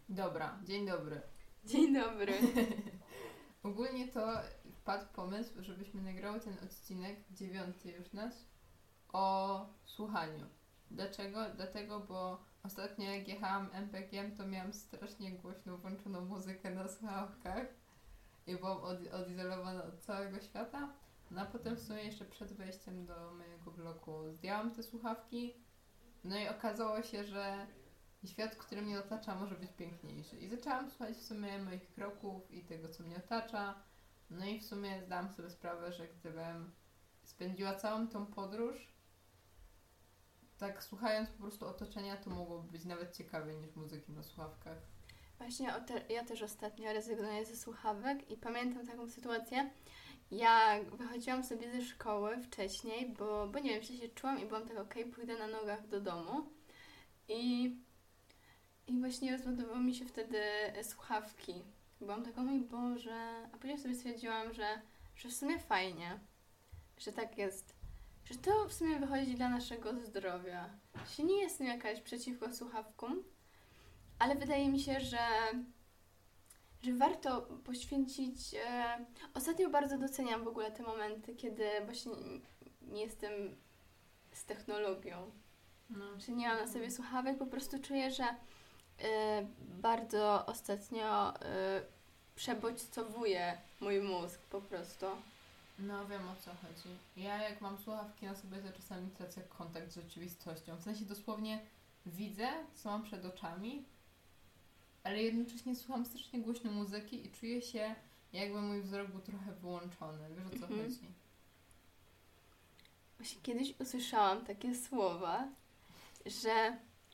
Dobra, dzień dobry. Dzień dobry. Ogólnie to wpadł pomysł, żebyśmy nagrały ten odcinek, 9 już nasz, o słuchaniu. Dlaczego? Dlatego, bo ostatnio jak jechałam MPG-iem, to miałam strasznie głośno włączoną muzykę na słuchawkach i byłam odizolowana od całego świata. No a potem w sumie jeszcze przed wejściem do mojego bloku zdjęłam te słuchawki, no i okazało się, że świat, który mnie otacza, może być piękniejszy. I zaczęłam słuchać w sumie moich kroków i tego, co mnie otacza. No i w sumie zdałam sobie sprawę, że gdybym spędziła całą tą podróż tak słuchając po prostu otoczenia, to mogłoby być nawet ciekawiej niż muzyki na słuchawkach. Właśnie ja też ostatnio rezygnuję ze słuchawek i pamiętam taką sytuację, jak wychodziłam sobie ze szkoły wcześniej, bo nie wiem, źle się czułam i byłam tak okej, pójdę na nogach do domu i właśnie rozładowały mi się wtedy słuchawki. Byłam taka, mój Boże, a później sobie stwierdziłam, że w sumie fajnie, że tak jest, że to w sumie wychodzi dla naszego zdrowia. Się nie jestem jakaś przeciwko słuchawkom, ale wydaje mi się, że warto poświęcić... Ostatnio bardzo doceniam w ogóle te momenty, kiedy właśnie nie jestem z technologią. No. Że nie mam na sobie słuchawek, po prostu czuję, że bardzo ostatnio przebodźcowuje mój mózg po prostu. No wiem, o co chodzi. Ja jak mam słuchawki na sobie, to czasami tracę kontakt z rzeczywistością. W sensie dosłownie widzę, co mam przed oczami, ale jednocześnie słucham strasznie głośno muzyki i czuję się, jakby mój wzrok był trochę wyłączony. Wiesz, o co chodzi? Właśnie kiedyś usłyszałam takie słowa, że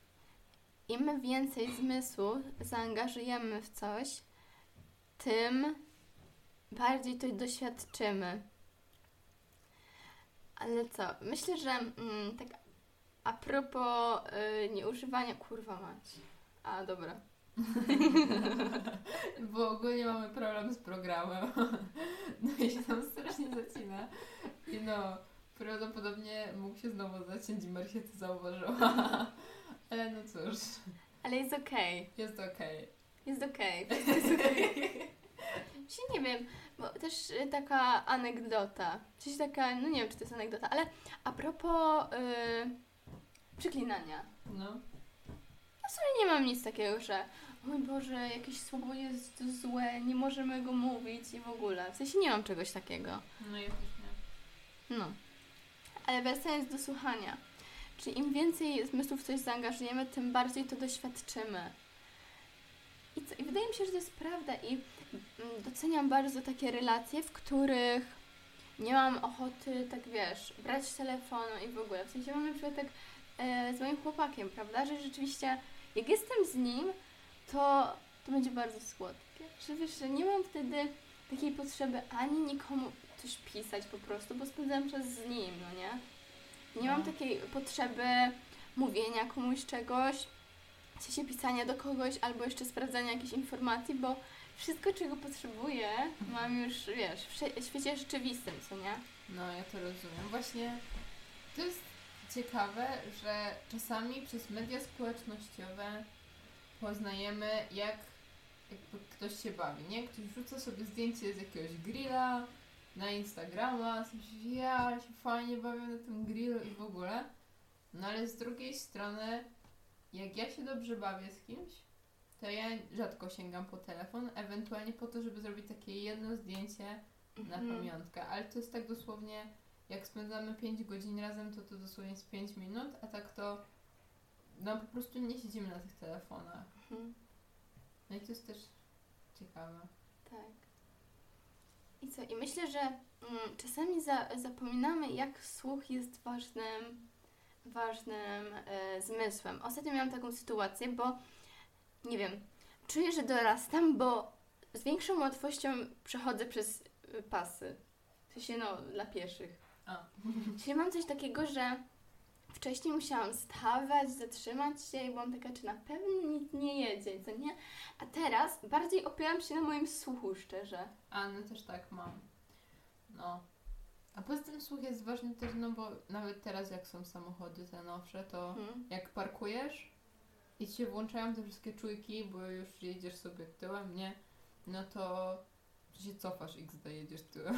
im więcej zmysłu zaangażujemy w coś, tym bardziej to doświadczymy. Ale co? Myślę, że tak a propos nieużywania... Kurwa mać. A, dobra. Bo ogólnie mamy problem z programem. No i się tam strasznie zacina. I no, prawdopodobnie mógł się znowu zaciąć i Marysia to zauważyła. Ale no cóż. Ale jest okej. Jest okej. Jest okej. Jest okej. Się nie wiem, bo też taka anegdota. Coś taka, no nie wiem, czy to jest anegdota, ale a propos przeklinania. No. Ja sobie nie mam nic takiego, że o mój Boże, jakieś słowo jest złe, nie możemy go mówić i w ogóle. W sensie nie mam czegoś takiego. No ja też nie. No. Ale wracając do słuchania. Czyli im więcej zmysłów w coś zaangażujemy, tym bardziej to doświadczymy. I co? I wydaje mi się, że to jest prawda i doceniam bardzo takie relacje, w których nie mam ochoty, tak wiesz, brać telefonu i w ogóle. W sensie mam na przykład tak z moim chłopakiem, prawda, że rzeczywiście jak jestem z nim, to będzie bardzo słodkie. Że wiesz, że nie mam wtedy takiej potrzeby ani nikomu coś pisać po prostu, bo spędzam czas z nim, no nie? Nie mam takiej potrzeby mówienia komuś czegoś, w sensie pisania do kogoś albo jeszcze sprawdzania jakichś informacji, bo wszystko, czego potrzebuję, mam już, wiesz, w świecie rzeczywistym, co nie? No, ja to rozumiem. Właśnie to jest ciekawe, że czasami przez media społecznościowe poznajemy, jak jakby ktoś się bawi, nie? Ktoś wrzuca sobie zdjęcie z jakiegoś grilla na Instagrama, sobie się, ja się fajnie bawię na tym grillu i w ogóle. No ale z drugiej strony, jak ja się dobrze bawię z kimś, to ja rzadko sięgam po telefon, ewentualnie po to, żeby zrobić takie jedno zdjęcie na pamiątkę, ale to jest tak dosłownie, jak spędzamy 5 godzin razem, to dosłownie jest 5 minut, a tak to no po prostu nie siedzimy na tych telefonach. No i to jest też ciekawe. Tak. I co? I myślę, że czasami zapominamy, jak słuch jest ważnym zmysłem. Ostatnio miałam taką sytuację, bo nie wiem, czuję, że dorastam, bo z większą łatwością przechodzę przez pasy. W sensie, no, dla pieszych. Czyli mam coś takiego, że wcześniej musiałam stawać, zatrzymać się i byłam taka, czy na pewno nikt nie jedzie, co nie? A teraz bardziej opieram się na moim słuchu, szczerze. No też tak mam. No. A poza tym słuch jest ważny też, no bo nawet teraz jak są samochody te nowsze, to jak parkujesz, i ci się włączają te wszystkie czujki, bo już jedziesz sobie tyłem, nie? No to się cofasz XD, jedziesz tyłem.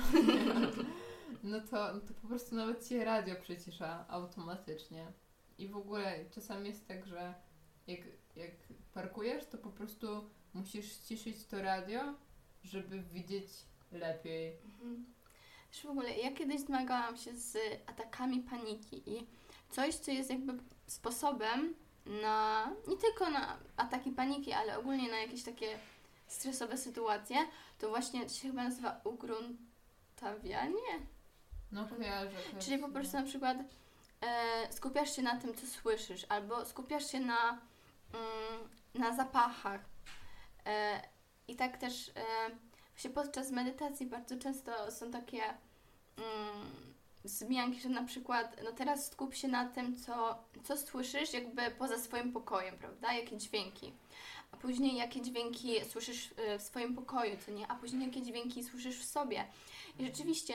No to po prostu nawet ci radio przycisza automatycznie. I w ogóle czasami jest tak, że jak parkujesz, to po prostu musisz ściszyć to radio, żeby widzieć lepiej. Też w ogóle ja kiedyś zmagałam się z atakami paniki i coś, co jest jakby sposobem na, nie tylko na ataki paniki, ale ogólnie na jakieś takie stresowe sytuacje, to właśnie to się chyba nazywa ugruntawianie. No kojarzę. Czyli po prostu na przykład skupiasz się na tym, co słyszysz, albo skupiasz się na zapachach. I tak też właśnie podczas medytacji bardzo często są takie wzmianki, że na przykład no teraz skup się na tym, co słyszysz jakby poza swoim pokojem, prawda? Jakie dźwięki. A później jakie dźwięki słyszysz w swoim pokoju, co nie? A później jakie dźwięki słyszysz w sobie. I rzeczywiście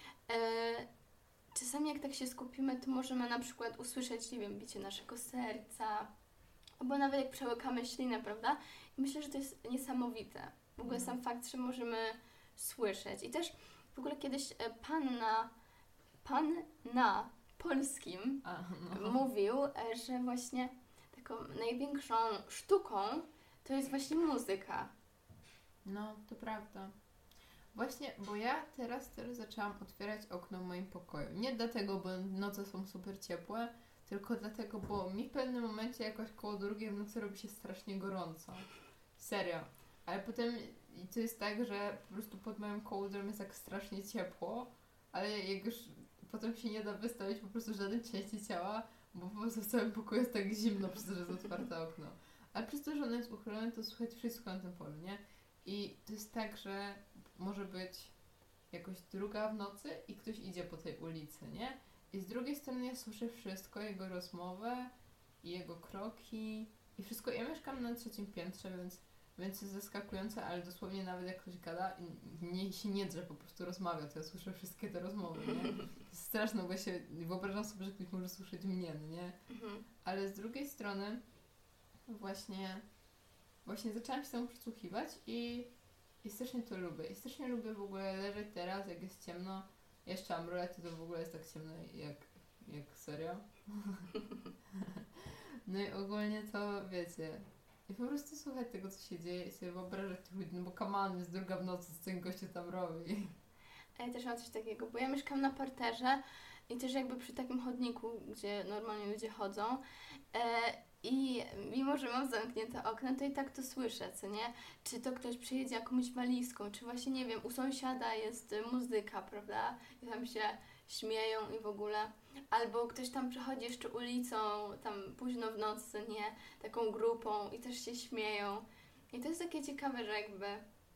czasami jak tak się skupimy, to możemy na przykład usłyszeć, nie wiem, bicie naszego serca, albo nawet jak przełykamy ślinę, prawda? I myślę, że to jest niesamowite. W ogóle sam fakt, że możemy słyszeć. I też w ogóle kiedyś pan na polskim mówił, że właśnie taką największą sztuką to jest właśnie muzyka. No, to prawda. Właśnie, bo ja teraz zaczęłam otwierać okno w moim pokoju. Nie dlatego, bo noce są super ciepłe, tylko dlatego, bo mi w pewnym momencie jakoś koło 2 w nocy robi się strasznie gorąco. Serio. Ale potem to jest tak, że po prostu pod moją kołdrą jest tak strasznie ciepło, ale jak już potem się nie da wystawić po prostu żadnej części ciała, bo po prostu w całym pokoju jest tak zimno, przez to, że jest otwarte okno. Ale przez to, że ono jest uchylone, to słychać wszystko na tym polu, nie? I to jest tak, że może być jakoś 2 w nocy i ktoś idzie po tej ulicy, nie? I z drugiej strony ja słyszę wszystko, jego rozmowę i jego kroki i wszystko. Ja mieszkam na 3. piętrze, więc jest zaskakujące, ale dosłownie nawet jak ktoś gada i się nie drze, po prostu rozmawia, to ja słyszę wszystkie te rozmowy, nie? To jest straszne, bo ja się wyobrażam sobie, że ktoś może słyszeć mnie, no nie? Ale z drugiej strony właśnie zaczęłam się temu przysłuchiwać i strasznie to lubię. I strasznie lubię w ogóle leżeć teraz, jak jest ciemno. Jeszcze mam rolety, to w ogóle jest tak ciemno jak serio. No i ogólnie to wiecie. I po prostu słuchać tego, co się dzieje i sobie wyobrażać tych ludzi, no bo kaman jest 2 w nocy, co ten gościu tam robi. A ja też mam coś takiego, bo ja mieszkam na parterze i też jakby przy takim chodniku, gdzie normalnie ludzie chodzą i mimo, że mam zamknięte okno, to i tak to słyszę, co nie? Czy to ktoś przyjedzie jakąś walizką, czy właśnie, nie wiem, u sąsiada jest muzyka, prawda? I tam się śmieją i w ogóle. Albo ktoś tam przechodzi jeszcze ulicą, tam późno w nocy, nie? Taką grupą i też się śmieją. I to jest takie ciekawe, że jakby,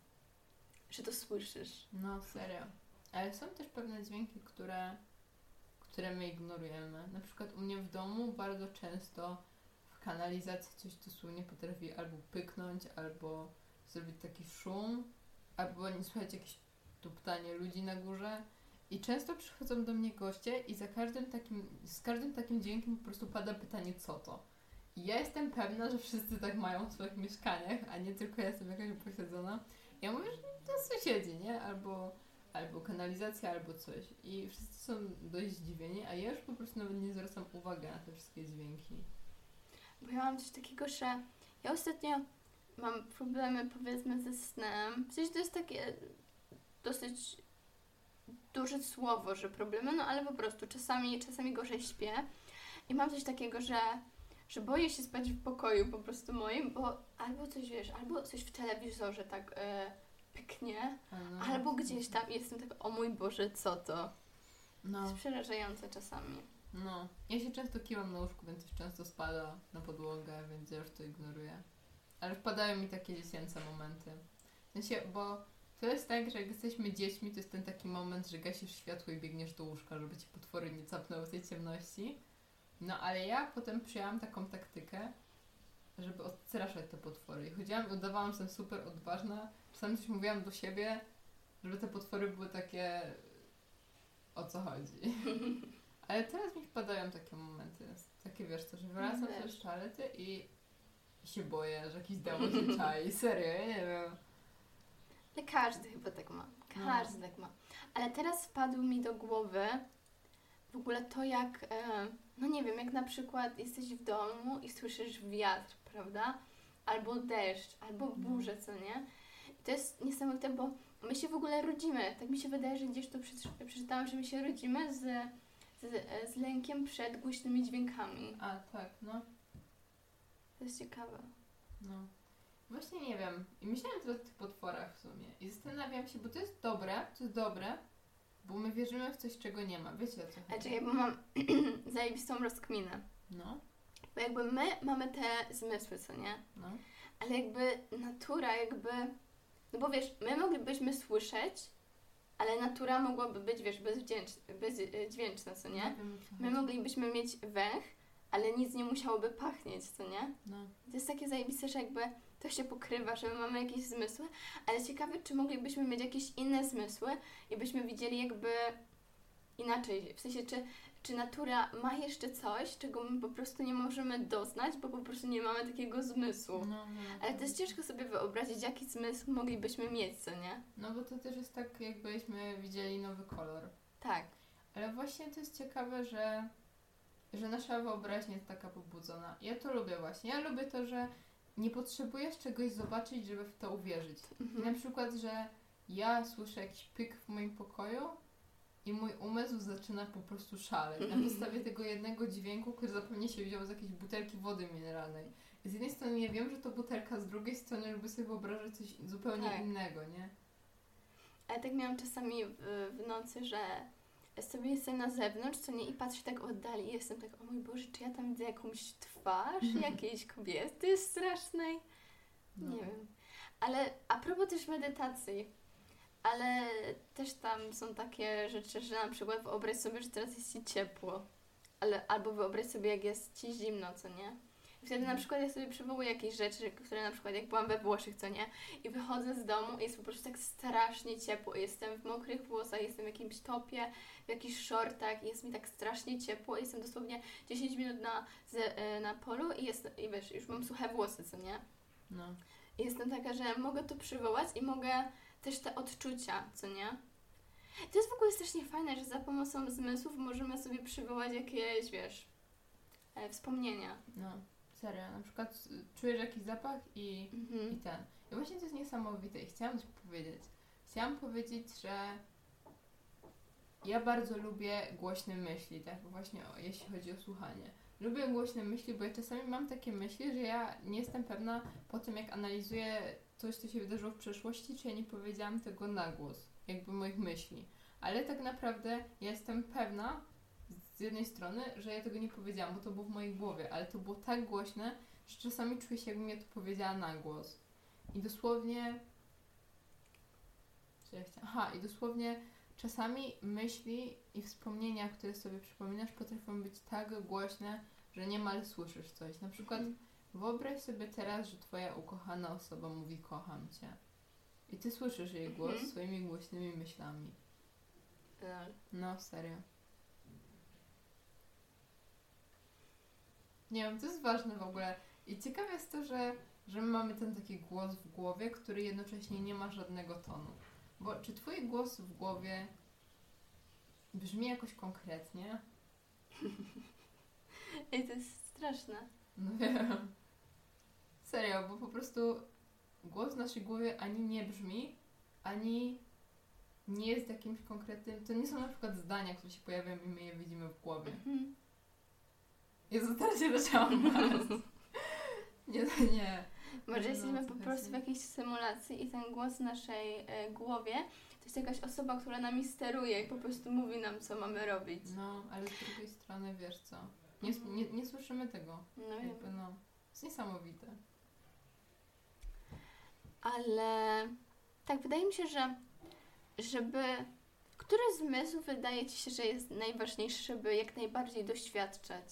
że to słyszysz. No, serio. Ale są też pewne dźwięki, które my ignorujemy. Na przykład u mnie w domu bardzo często w kanalizacji coś dosłownie potrafi albo pyknąć, albo zrobić taki szum, albo nie słychać jakieś tuptanie ludzi na górze. I często przychodzą do mnie goście i z każdym takim dźwiękiem po prostu pada pytanie, co to? I ja jestem pewna, że wszyscy tak mają w swoich mieszkaniach, a nie tylko ja jestem jakaś upośledzona. Ja mówię, że to sąsiedzi, nie? Albo kanalizacja, albo coś. I wszyscy są dość zdziwieni, a ja już po prostu nawet nie zwracam uwagi na te wszystkie dźwięki. Bo ja mam coś takiego, że ja ostatnio mam problemy, powiedzmy, ze snem. W sensie to jest takie dosyć duże słowo, że problemy, no ale po prostu czasami gorzej śpię. I mam coś takiego, że boję się spać w pokoju po prostu moim, bo albo coś, wiesz, albo coś w telewizorze tak pyknie, albo gdzieś tam jestem tak, o mój Boże, co to? No. To jest przerażające czasami. No, ja się często kiwam na łóżku, więc też często spada na podłogę, więc ja już to ignoruję. Ale wpadają mi takie dziecięce momenty. W sensie, bo to jest tak, że jak jesteśmy dziećmi, to jest ten taki moment, że gasisz światło i biegniesz do łóżka, żeby cię potwory nie capnęły w tej ciemności. No, ale ja potem przyjęłam taką taktykę, żeby odstraszać te potwory. I chodziłam i udawałam, że jestem super odważna. Czasami coś mówiłam do siebie, żeby te potwory były takie... O co chodzi? Ale teraz mi wpadają takie momenty. Takie, wiesz co, że wracam z toalety i I się boję, że jakiś demon się czai. Serio, ja nie wiem. Ale każdy chyba tak ma. Każdy tak ma. Ale teraz wpadł mi do głowy w ogóle to, jak, no nie wiem, jak na przykład jesteś w domu i słyszysz wiatr, prawda? Albo deszcz, albo burzę, co nie? I to jest niesamowite, bo my się w ogóle rodzimy. Tak mi się wydaje, że gdzieś to przeczytałam, że my się rodzimy z lękiem przed głośnymi dźwiękami. A, tak, no. To jest ciekawe. No. Właśnie nie wiem. I myślałam teraz o tych potworach w sumie. I zastanawiam się, bo to jest dobre, bo my wierzymy w coś, czego nie ma. Wiecie o co chodzi? A czekaj, bo mam zajebistą rozkminę. No. Bo jakby my mamy te zmysły, co nie? No. Ale jakby natura no bo wiesz, my moglibyśmy słyszeć, ale natura mogłaby być, wiesz, bezdźwięczna, co nie? Nie wiem, o co My chodzi. moglibyśmy mieć węch, ale nic nie musiałoby pachnieć, co nie? No. To jest takie zajebiste, że jakby to się pokrywa, że my mamy jakieś zmysły, ale ciekawe, czy moglibyśmy mieć jakieś inne zmysły i byśmy widzieli jakby inaczej. W sensie, czy natura ma jeszcze coś, czego my po prostu nie możemy doznać, bo po prostu nie mamy takiego zmysłu. No. Ale to jest ciężko sobie wyobrazić, jaki zmysł moglibyśmy mieć, co nie? No bo to też jest tak, jakbyśmy widzieli nowy kolor. Tak. Ale właśnie to jest ciekawe, że nasza wyobraźnia jest taka pobudzona. Ja to lubię właśnie. Ja lubię to, że nie potrzebujesz czegoś zobaczyć, żeby w to uwierzyć. I na przykład, że ja słyszę jakiś pyk w moim pokoju i mój umysł zaczyna po prostu szaleć. Na podstawie tego jednego dźwięku, który zapewne się wziął z jakiejś butelki wody mineralnej. I z jednej strony ja wiem, że to butelka, z drugiej strony lubię sobie wyobrażać coś zupełnie innego, nie? Ale tak miałam czasami w nocy, że sobie jestem na zewnątrz, co nie, i patrzę tak w oddali i jestem tak, o mój Boże, czy ja tam widzę jakąś twarz jakiejś kobiety strasznej? No. Nie wiem. Ale a propos też medytacji, ale też tam są takie rzeczy, że na przykład wyobraź sobie, że teraz jest Ci ciepło, albo wyobraź sobie, jak jest Ci zimno, co nie? I wtedy na przykład ja sobie przywołuję jakieś rzeczy, które na przykład jak byłam we Włoszech, co nie? I wychodzę z domu i jest po prostu tak strasznie ciepło. Jestem w mokrych włosach, jestem w jakimś topie, w jakichś shortach i jest mi tak strasznie ciepło. Jestem dosłownie 10 minut na polu i wiesz, już mam suche włosy, co nie? No. I jestem taka, że mogę to przywołać i mogę też te odczucia, co nie? To jest w ogóle strasznie fajne, że za pomocą zmysłów możemy sobie przywołać jakieś, wiesz, wspomnienia. No. Serio. Na przykład czujesz jakiś zapach i ten. I właśnie to jest niesamowite i chciałam coś powiedzieć. Chciałam powiedzieć, że ja bardzo lubię głośne myśli, tak właśnie jeśli chodzi o słuchanie. Lubię głośne myśli, bo ja czasami mam takie myśli, że ja nie jestem pewna po tym, jak analizuję coś, co się wydarzyło w przeszłości, czy ja nie powiedziałam tego na głos, jakby moich myśli. Ale tak naprawdę ja jestem pewna z jednej strony, że ja tego nie powiedziałam, bo to było w mojej głowie, ale to było tak głośne, że czasami czuję się, jakbym ja to powiedziała na głos. I dosłownie... Co ja chciałam? Aha, i dosłownie czasami myśli i wspomnienia, które sobie przypominasz, potrafią być tak głośne, że niemal słyszysz coś. Na przykład wyobraź sobie teraz, że twoja ukochana osoba mówi kocham cię. I ty słyszysz jej głos swoimi głośnymi myślami. No, serio. Nie wiem, to jest ważne w ogóle. I ciekawe jest to, że my mamy ten taki głos w głowie, który jednocześnie nie ma żadnego tonu. Bo czy twój głos w głowie brzmi jakoś konkretnie? Ej, to jest straszne. No wiem. Serio, bo po prostu głos w naszej głowie ani nie brzmi, ani nie jest jakimś konkretnym... To nie są na przykład zdania, które się pojawiają i my je widzimy w głowie. Jezu, teraz się zaczęłam bać. Nie. Może jesteśmy po prostu w jakiejś symulacji i ten głos w naszej głowie to jest jakaś osoba, która nami steruje i po prostu mówi nam, co mamy robić. No, ale z drugiej strony, wiesz co, nie słyszymy tego. No jakby, no, jest niesamowite. Ale tak, wydaje mi się, że który zmysł wydaje Ci się, że jest najważniejszy, żeby jak najbardziej doświadczać?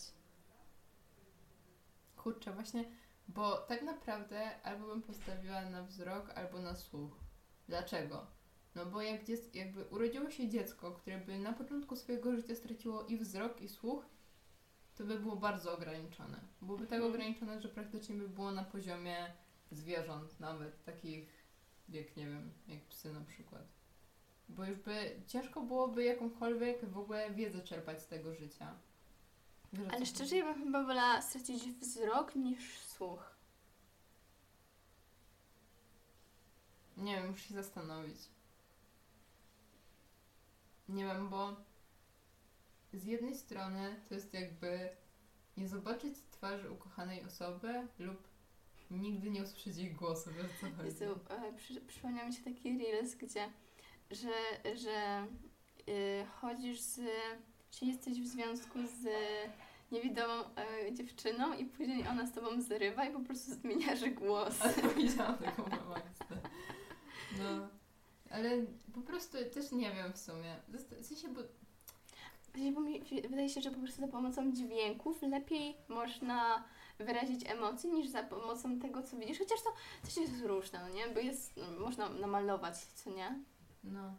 Kurczę, właśnie, bo tak naprawdę albo bym postawiła na wzrok, albo na słuch. Dlaczego? No bo jakby urodziło się dziecko, które by na początku swojego życia straciło i wzrok, i słuch, to by było bardzo ograniczone. Byłoby tak ograniczone, że praktycznie by było na poziomie zwierząt nawet, takich jak, nie wiem, jak psy na przykład. Bo już by ciężko byłoby jakąkolwiek w ogóle wiedzę czerpać z tego życia. Wiesz, Ale szczerze, ja bym chyba wolała stracić wzrok niż słuch. Nie wiem, muszę się zastanowić. Nie wiem, bo z jednej strony to jest jakby nie zobaczyć twarzy ukochanej osoby lub nigdy nie usłyszeć jej głosu, wiesz co chodzi? Jezu, przypomniał mi się taki reels, gdzie że chodzisz czy jesteś w związku z niewidomą dziewczyną i później ona z tobą zrywa i po prostu zmieniasz głos. Ale widziałam taką mamactę. No, ale po prostu też nie wiem w sumie. W sensie, bo Bo mi wydaje się, że po prostu za pomocą dźwięków lepiej można wyrazić emocje niż za pomocą tego, co widzisz. Chociaż to też jest różne, no nie? Bo można namalować, co nie? no.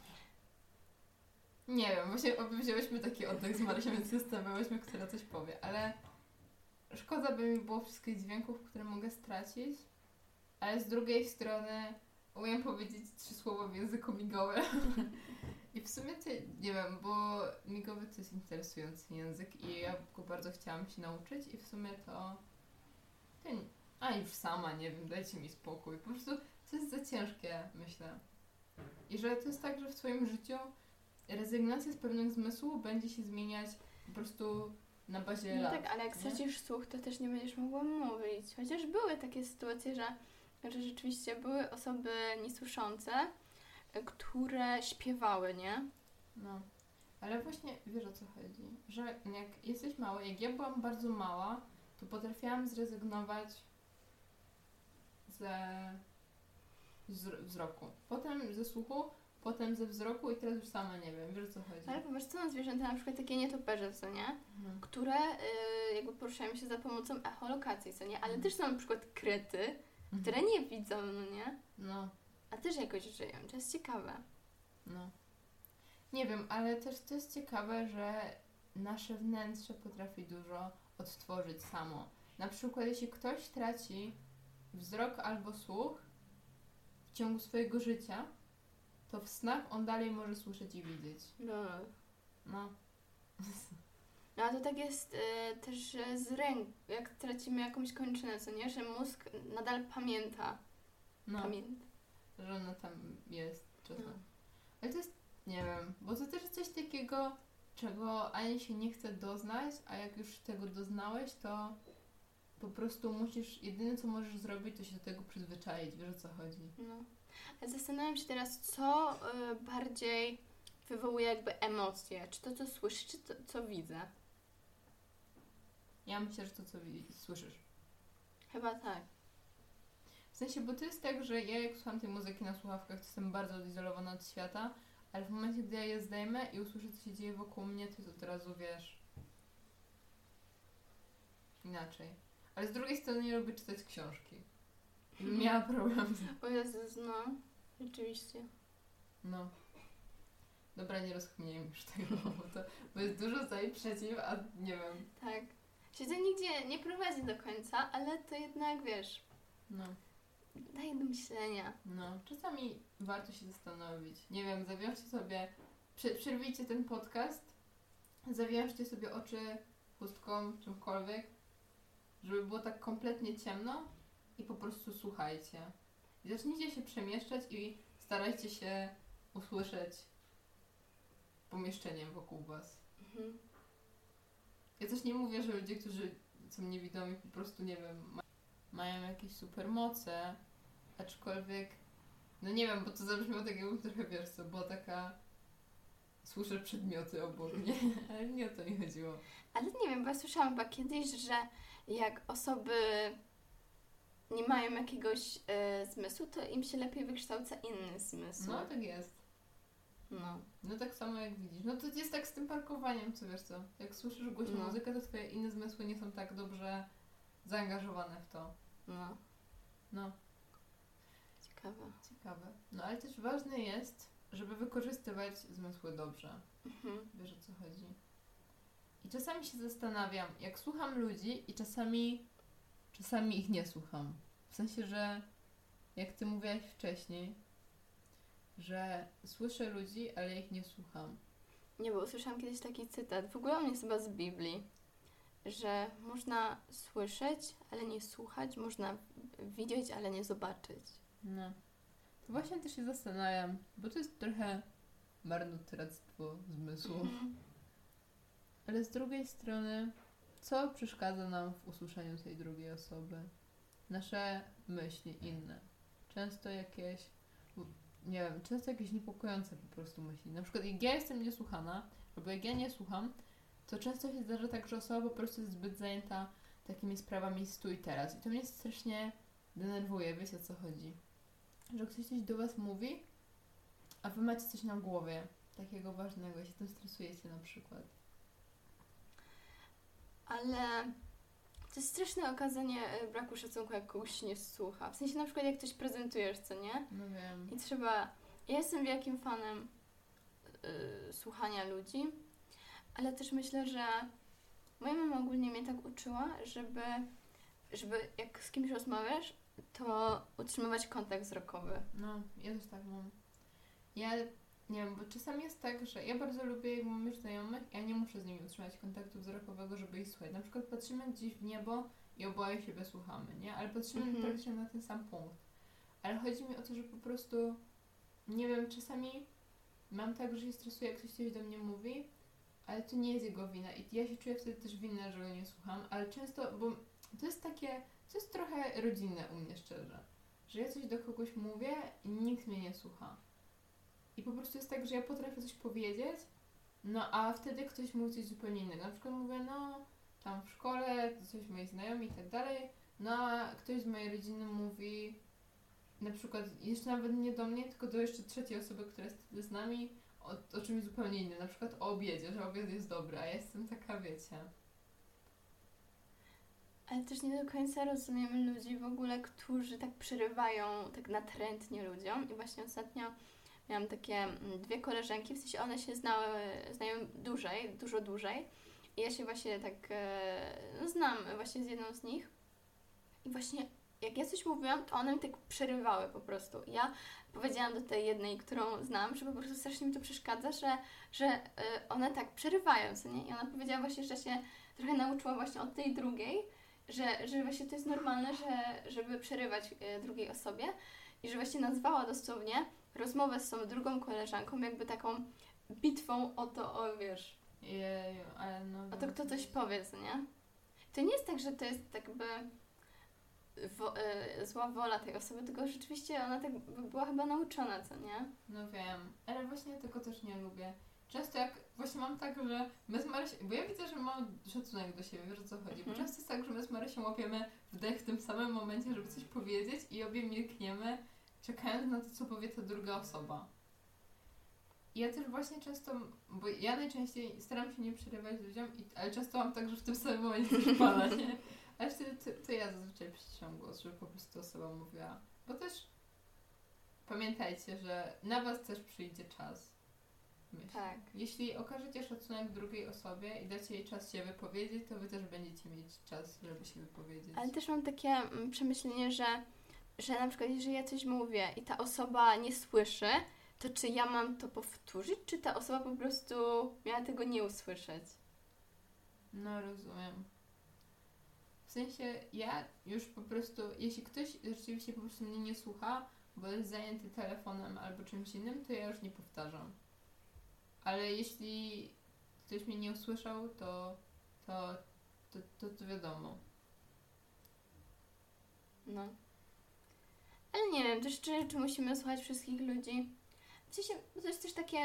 Nie wiem, właśnie wzięłyśmy taki oddech z Marysią, więc zastanawiałyśmy, która coś powie, ale szkoda by mi było wszystkich dźwięków, które mogę stracić, ale z drugiej strony umiem powiedzieć 3 słowa w języku migowym. I w sumie to nie wiem, bo migowy to jest interesujący język i ja go bardzo chciałam się nauczyć i w sumie to już sama, nie wiem, dajcie mi spokój. Po prostu to jest za ciężkie, myślę. I że to jest tak, że w swoim życiu rezygnacja z pewnych zmysłów będzie się zmieniać po prostu na bazie No lat. tak, ale jak stracisz słuch, to też nie będziesz mogła mówić. Chociaż były takie sytuacje, że rzeczywiście były osoby niesłyszące, które śpiewały, nie? No, ale właśnie wiesz o co chodzi, że jak jesteś mały, jak ja byłam bardzo mała, to potrafiłam zrezygnować ze wzroku. Potem ze słuchu, potem ze wzroku i teraz już sama nie wiem, wiesz o co chodzi. Ale popatrz, co na zwierzęta, na przykład takie nietoperze, co nie? Które jakby poruszają się za pomocą echolokacji, co nie? Ale też są na przykład krety, które nie widzą, no nie? No. A też jakoś żyją, to jest ciekawe. No. Nie wiem, ale też to jest ciekawe, że nasze wnętrze potrafi dużo odtworzyć samo. Na przykład jeśli ktoś traci wzrok albo słuch w ciągu swojego życia, to w snach on dalej może słyszeć i widzieć. No. No. No a to tak jest też że z ręką, jak tracimy jakąś kończynę, co nie? Że mózg nadal pamięta. No. Że ona tam jest czasem. No. Ale to jest, nie wiem, bo to też jest coś takiego, czego ani się nie chce doznać, a jak już tego doznałeś, to po prostu musisz, jedyne co możesz zrobić, to się do tego przyzwyczaić, wiesz o co chodzi. No. Ale zastanawiam się teraz, co bardziej wywołuje jakby emocje. Czy to, co słyszę, czy to, co widzę? Ja myślę, że to co słyszysz. Chyba tak. W sensie, bo to jest tak, że ja jak słucham tej muzyki na słuchawkach, to jestem bardzo odizolowana od świata, ale w momencie, gdy ja je zdejmę i usłyszę, co się dzieje wokół mnie, to od razu, wiesz, inaczej. Ale z drugiej strony nie lubię czytać książki. Miała problem z... O Jezus, no. Rzeczywiście. No. Dobra, nie rozkminiajmy już tego, bo jest dużo za i przeciw, a nie wiem. Tak. Siedzenie nigdzie nie prowadzi do końca, ale to jednak, wiesz, No. daje do myślenia. No, czasami warto się zastanowić. Nie wiem, zawiążcie sobie, przerwijcie ten podcast, zawiążcie sobie oczy chustką, czymkolwiek, żeby było tak kompletnie ciemno i po prostu słuchajcie. I zacznijcie się przemieszczać i starajcie się usłyszeć pomieszczenie wokół was. Mhm. Ja też nie mówię, że ludzie, którzy są niewidomi, po prostu, nie wiem, mają jakieś supermoce, aczkolwiek, no nie wiem, bo to zabrzmiało tak, jakbym trochę, wiesz co, była taka, słyszę przedmioty obok mnie, ale nie o to mi chodziło. Ale nie wiem, bo ja słyszałam chyba kiedyś, że jak osoby nie mają jakiegoś zmysłu, to im się lepiej wykształca inny zmysł. No, tak jest. No. No tak samo jak widzisz. No to jest tak z tym parkowaniem, co wiesz co, jak słyszysz głośną muzykę, to twoje inne zmysły nie są tak dobrze zaangażowane w to. No. No. Ciekawe. No ale też ważne jest, żeby wykorzystywać zmysły dobrze. Mhm. Wiesz o co chodzi. I czasami się zastanawiam, jak słucham ludzi i czasami ich nie słucham. W sensie, że jak ty mówiłaś wcześniej, że słyszę ludzi, ale ich nie słucham. Nie, bo usłyszałam kiedyś taki cytat, w ogóle on jest chyba z Biblii, że można słyszeć, ale nie słuchać, można widzieć, ale nie zobaczyć. No. To właśnie też się zastanawiam, bo to jest trochę marnotrawstwo zmysłów. Ale z drugiej strony, co przeszkadza nam w usłyszeniu tej drugiej osoby? Nasze myśli inne. Często jakieś, nie wiem, często jakieś niepokojące po prostu myśli. Na przykład jak ja jestem niesłuchana, albo jak ja nie słucham, to często się zdarza tak, że osoba po prostu jest zbyt zajęta takimi sprawami z tu i teraz. I to mnie strasznie denerwuje, wiecie o co chodzi. Że ktoś coś do was mówi, a wy macie coś na głowie takiego ważnego i się tym stresujecie na przykład. Ale to jest straszne okazanie braku szacunku, jak kogoś się nie słucha. W sensie na przykład jak ktoś prezentujesz, co nie? No wiem. I trzeba... Ja jestem wielkim fanem słuchania ludzi, ale też myślę, że moja mama ogólnie mnie tak uczyła, żeby jak z kimś rozmawiasz, to utrzymywać kontakt wzrokowy. No, ja też tak mam. Ja nie wiem, bo czasami jest tak, że ja bardzo lubię, jak mam znajomych, ja nie muszę z nimi utrzymać kontaktu wzrokowego, żeby ich słuchać. Na przykład patrzymy gdzieś w niebo i oboje siebie słuchamy, nie? Ale patrzymy praktycznie na ten sam punkt. Ale chodzi mi o to, że po prostu, nie wiem, czasami mam tak, że się stresuję, jak ktoś coś do mnie mówi, ale to nie jest jego wina i ja się czuję wtedy też winna, że go nie słucham, ale często, bo to jest takie, to jest trochę rodzinne u mnie szczerze, że ja coś do kogoś mówię i nikt mnie nie słucha. I po prostu jest tak, że ja potrafię coś powiedzieć, no a wtedy ktoś mówi coś zupełnie innego. Na przykład mówię, no tam w szkole, coś moi znajomi i tak dalej, no a ktoś z mojej rodziny mówi na przykład jeszcze nawet nie do mnie, tylko do jeszcze trzeciej osoby, która jest wtedy z nami, o czymś zupełnie innym, na przykład o obiedzie, że obiad jest dobry, a ja jestem taka, wiecie. Ale też nie do końca rozumiemy ludzi w ogóle, którzy tak przerywają tak natrętnie ludziom. I właśnie ostatnio miałam takie dwie koleżanki, w sensie one się znają dużo dłużej. I ja się właśnie tak znam właśnie z jedną z nich. I właśnie jak ja coś mówiłam, to one mi tak przerywały po prostu. Ja powiedziałam do tej jednej, którą znam, że po prostu strasznie mi to przeszkadza, że one tak przerywają, co nie? I ona powiedziała właśnie, że się trochę nauczyła właśnie od tej drugiej, że właśnie to jest normalne, żeby przerywać drugiej osobie i że właśnie nazwała dosłownie rozmowę z tą drugą koleżanką jakby taką bitwą o to, wiesz, Jeju, ale no... o to, kto coś powie, co nie? To nie jest tak, że to jest jakby zła wola tej osoby, tylko rzeczywiście ona tak była chyba nauczona, co nie? No wiem, ale właśnie tego też nie lubię. Często jak właśnie mam tak, że my z Marysią, bo ja widzę, że mam szacunek do siebie, wiesz o co chodzi, bo często jest tak, że my z Marysią łapiemy wdech w tym samym momencie, żeby coś powiedzieć i obie milkniemy, czekając na to, co powie ta druga osoba. I ja też właśnie często, bo ja najczęściej staram się nie przerywać ludziom, ale często mam tak, że w tym samym momencie coś pada, nie? Ale wtedy to ja zazwyczaj przyciszam głos, żeby po prostu osoba mówiła. Bo też pamiętajcie, że na was też przyjdzie czas. Myślę. Tak. Jeśli okażecie szacunek drugiej osobie i dacie jej czas się wypowiedzieć, to wy też będziecie mieć czas, żeby się wypowiedzieć. Ale też mam takie przemyślenie, że na przykład jeżeli ja coś mówię i ta osoba nie słyszy, to czy ja mam to powtórzyć, czy ta osoba po prostu miała tego nie usłyszeć? No, rozumiem. W sensie ja już po prostu, jeśli ktoś rzeczywiście po prostu mnie nie słucha, bo jest zajęty telefonem albo czymś innym, to ja już nie powtarzam. Ale jeśli ktoś mnie nie usłyszał, to wiadomo. No. Ale nie wiem, też czy musimy słuchać wszystkich ludzi? W sensie, to jest też takie...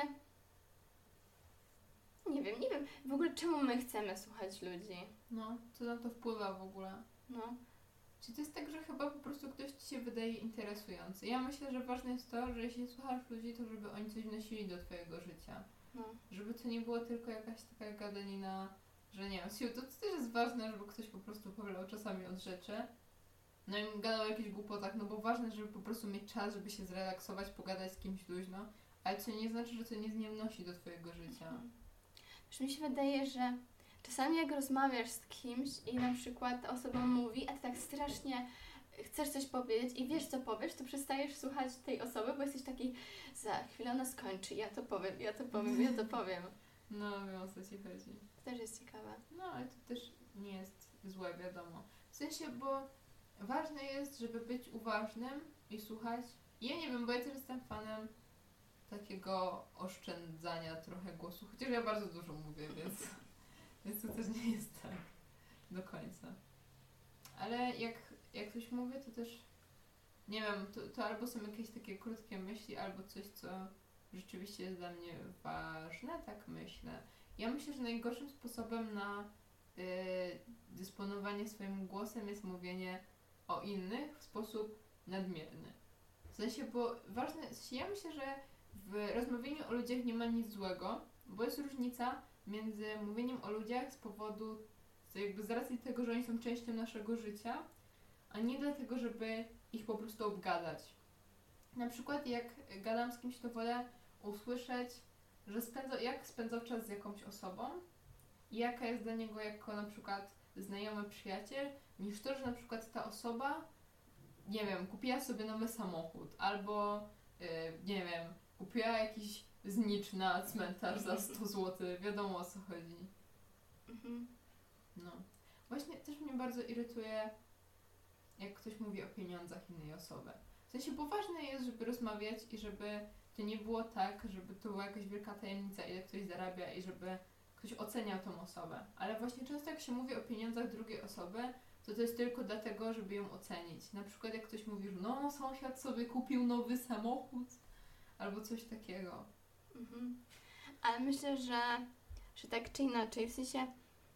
Nie wiem. W ogóle czemu my chcemy słuchać ludzi? No, co na to wpływa w ogóle? No. Czy to jest tak, że chyba po prostu ktoś ci się wydaje interesujący? Ja myślę, że ważne jest to, że jeśli słuchasz ludzi, to żeby oni coś wnosili do twojego życia. No. Żeby to nie było tylko jakaś taka gadanina, że nie wiem, to też jest ważne, żeby ktoś po prostu powiedział czasami od rzeczy. No i gadał o jakichś głupotach, no bo ważne, żeby po prostu mieć czas, żeby się zrelaksować, pogadać z kimś luźno, ale to nie znaczy, że to nie wnosi do twojego życia. Już mi się wydaje, że czasami jak rozmawiasz z kimś i na przykład ta osoba mówi, a ty tak strasznie chcesz coś powiedzieć i wiesz, co powiesz, to przestajesz słuchać tej osoby, bo jesteś taki, za chwilę ona skończy, ja to powiem. No, wiem, o co ci chodzi. To też jest ciekawe. No, ale to też nie jest złe, wiadomo. W sensie, bo ważne jest, żeby być uważnym i słuchać. I ja nie wiem, bo ja też jestem fanem takiego oszczędzania trochę głosu, chociaż ja bardzo dużo mówię, więc to też nie jest tak do końca. Ale jak ktoś mówi, to też nie wiem, to albo są jakieś takie krótkie myśli, albo coś, co rzeczywiście jest dla mnie ważne, tak myślę. Ja myślę, że najgorszym sposobem na dysponowanie swoim głosem jest mówienie o innych w sposób nadmierny. W sensie, bo ważne, ja myślę, że w rozmawianiu o ludziach nie ma nic złego, bo jest różnica między mówieniem o ludziach z powodu, z racji tego, że oni są częścią naszego życia, a nie dlatego, żeby ich po prostu obgadać. Na przykład jak gadam z kimś, to wolę usłyszeć, że jak spędzał czas z jakąś osobą i jaka jest dla niego jako na przykład znajomy przyjaciel, niż to, że na przykład ta osoba, nie wiem, kupiła sobie nowy samochód albo, nie wiem, kupiła jakiś znicz na cmentarz za 100 zł. Wiadomo, o co chodzi. No. Właśnie też mnie bardzo irytuje, jak ktoś mówi o pieniądzach innej osoby. W sensie, bo ważne jest, żeby rozmawiać i żeby to nie było tak, żeby to była jakaś wielka tajemnica, ile ktoś zarabia i żeby ktoś oceniał tą osobę. Ale właśnie często jak się mówi o pieniądzach drugiej osoby, to jest tylko dlatego, żeby ją ocenić. Na przykład jak ktoś mówi, że no, sąsiad sobie kupił nowy samochód albo coś takiego. Ale myślę, że tak czy inaczej, w sensie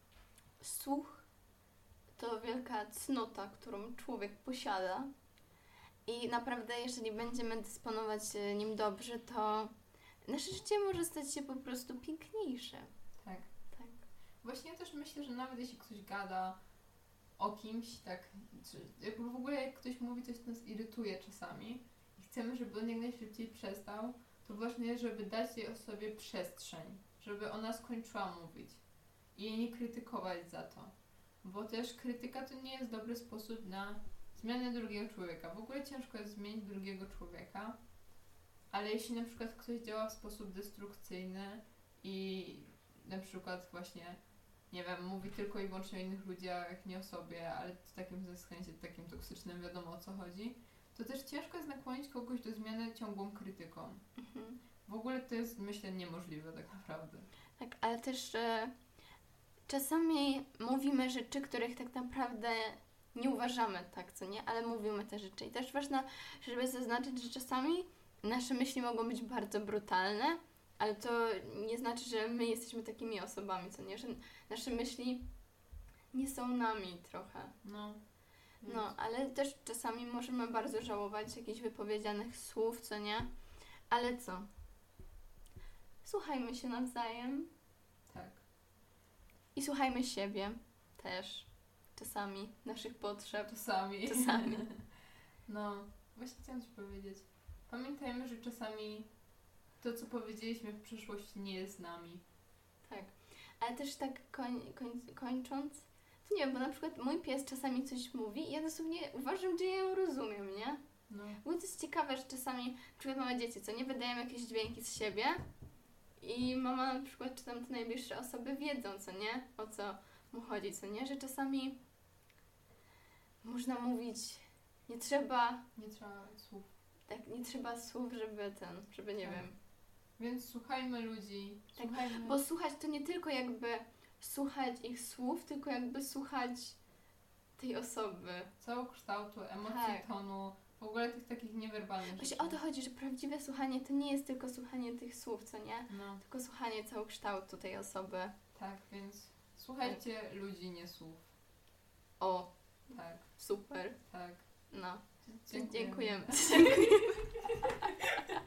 słuch to wielka cnota, którą człowiek posiada i naprawdę jeżeli będziemy dysponować nim dobrze, to nasze życie może stać się po prostu piękniejsze. Tak. Właśnie ja też myślę, że nawet jeśli ktoś gada o kimś, tak, czy w ogóle jak ktoś mówi coś, co nas irytuje czasami i chcemy, żeby on jak najszybciej przestał, to ważne jest, żeby dać tej osobie przestrzeń, żeby ona skończyła mówić i jej nie krytykować za to. Bo też krytyka to nie jest dobry sposób na zmianę drugiego człowieka. W ogóle ciężko jest zmienić drugiego człowieka, ale jeśli na przykład ktoś działa w sposób destrukcyjny i na przykład właśnie, nie wiem, mówi tylko i wyłącznie o innych ludziach, nie o sobie, ale w takim sensie takim toksycznym, wiadomo o co chodzi, to też ciężko jest nakłonić kogoś do zmiany ciągłą krytyką. W ogóle to jest, myślę, niemożliwe tak naprawdę. Tak, ale też czasami mówimy rzeczy, których tak naprawdę nie uważamy, tak, co nie? Ale mówimy te rzeczy. I też ważne, żeby zaznaczyć, że czasami nasze myśli mogą być bardzo brutalne, ale to nie znaczy, że my jesteśmy takimi osobami, co nie? Że nasze myśli nie są nami trochę. No, ale też czasami możemy bardzo żałować jakichś wypowiedzianych słów, co nie? Ale co? Słuchajmy się nawzajem. Tak. I słuchajmy siebie też. Czasami. Naszych potrzeb. Czasami. No, właśnie chciałam Ci powiedzieć. Pamiętajmy, że czasami to, co powiedzieliśmy w przeszłości, nie jest nami. Tak. Ale też tak kończąc, to nie wiem, bo na przykład mój pies czasami coś mówi i ja dosłownie uważam, że ja ją rozumiem, nie? No. Bo to jest ciekawe, że czasami, na przykład mamy dzieci, co nie wydają jakieś dźwięki z siebie i mama na przykład, czy tam te najbliższe osoby wiedzą, co nie? O co mu chodzi, co nie? Że czasami można mówić, nie trzeba słów. Tak, nie trzeba słów, żeby nie wiem. Więc słuchajmy ludzi. Tak, bo słuchać to nie tylko jakby słuchać ich słów, tylko jakby słuchać tej osoby. Całokształtu, emocji, tonu, w ogóle tych takich niewerbalnych Właśnie rzeczy. o to chodzi, że prawdziwe słuchanie to nie jest tylko słuchanie tych słów, co nie? No. Tylko słuchanie całokształtu tej osoby. Tak, więc słuchajcie ludzi, nie słów. O. Tak. Super. Tak. No. Dziękujemy. Dziękujemy.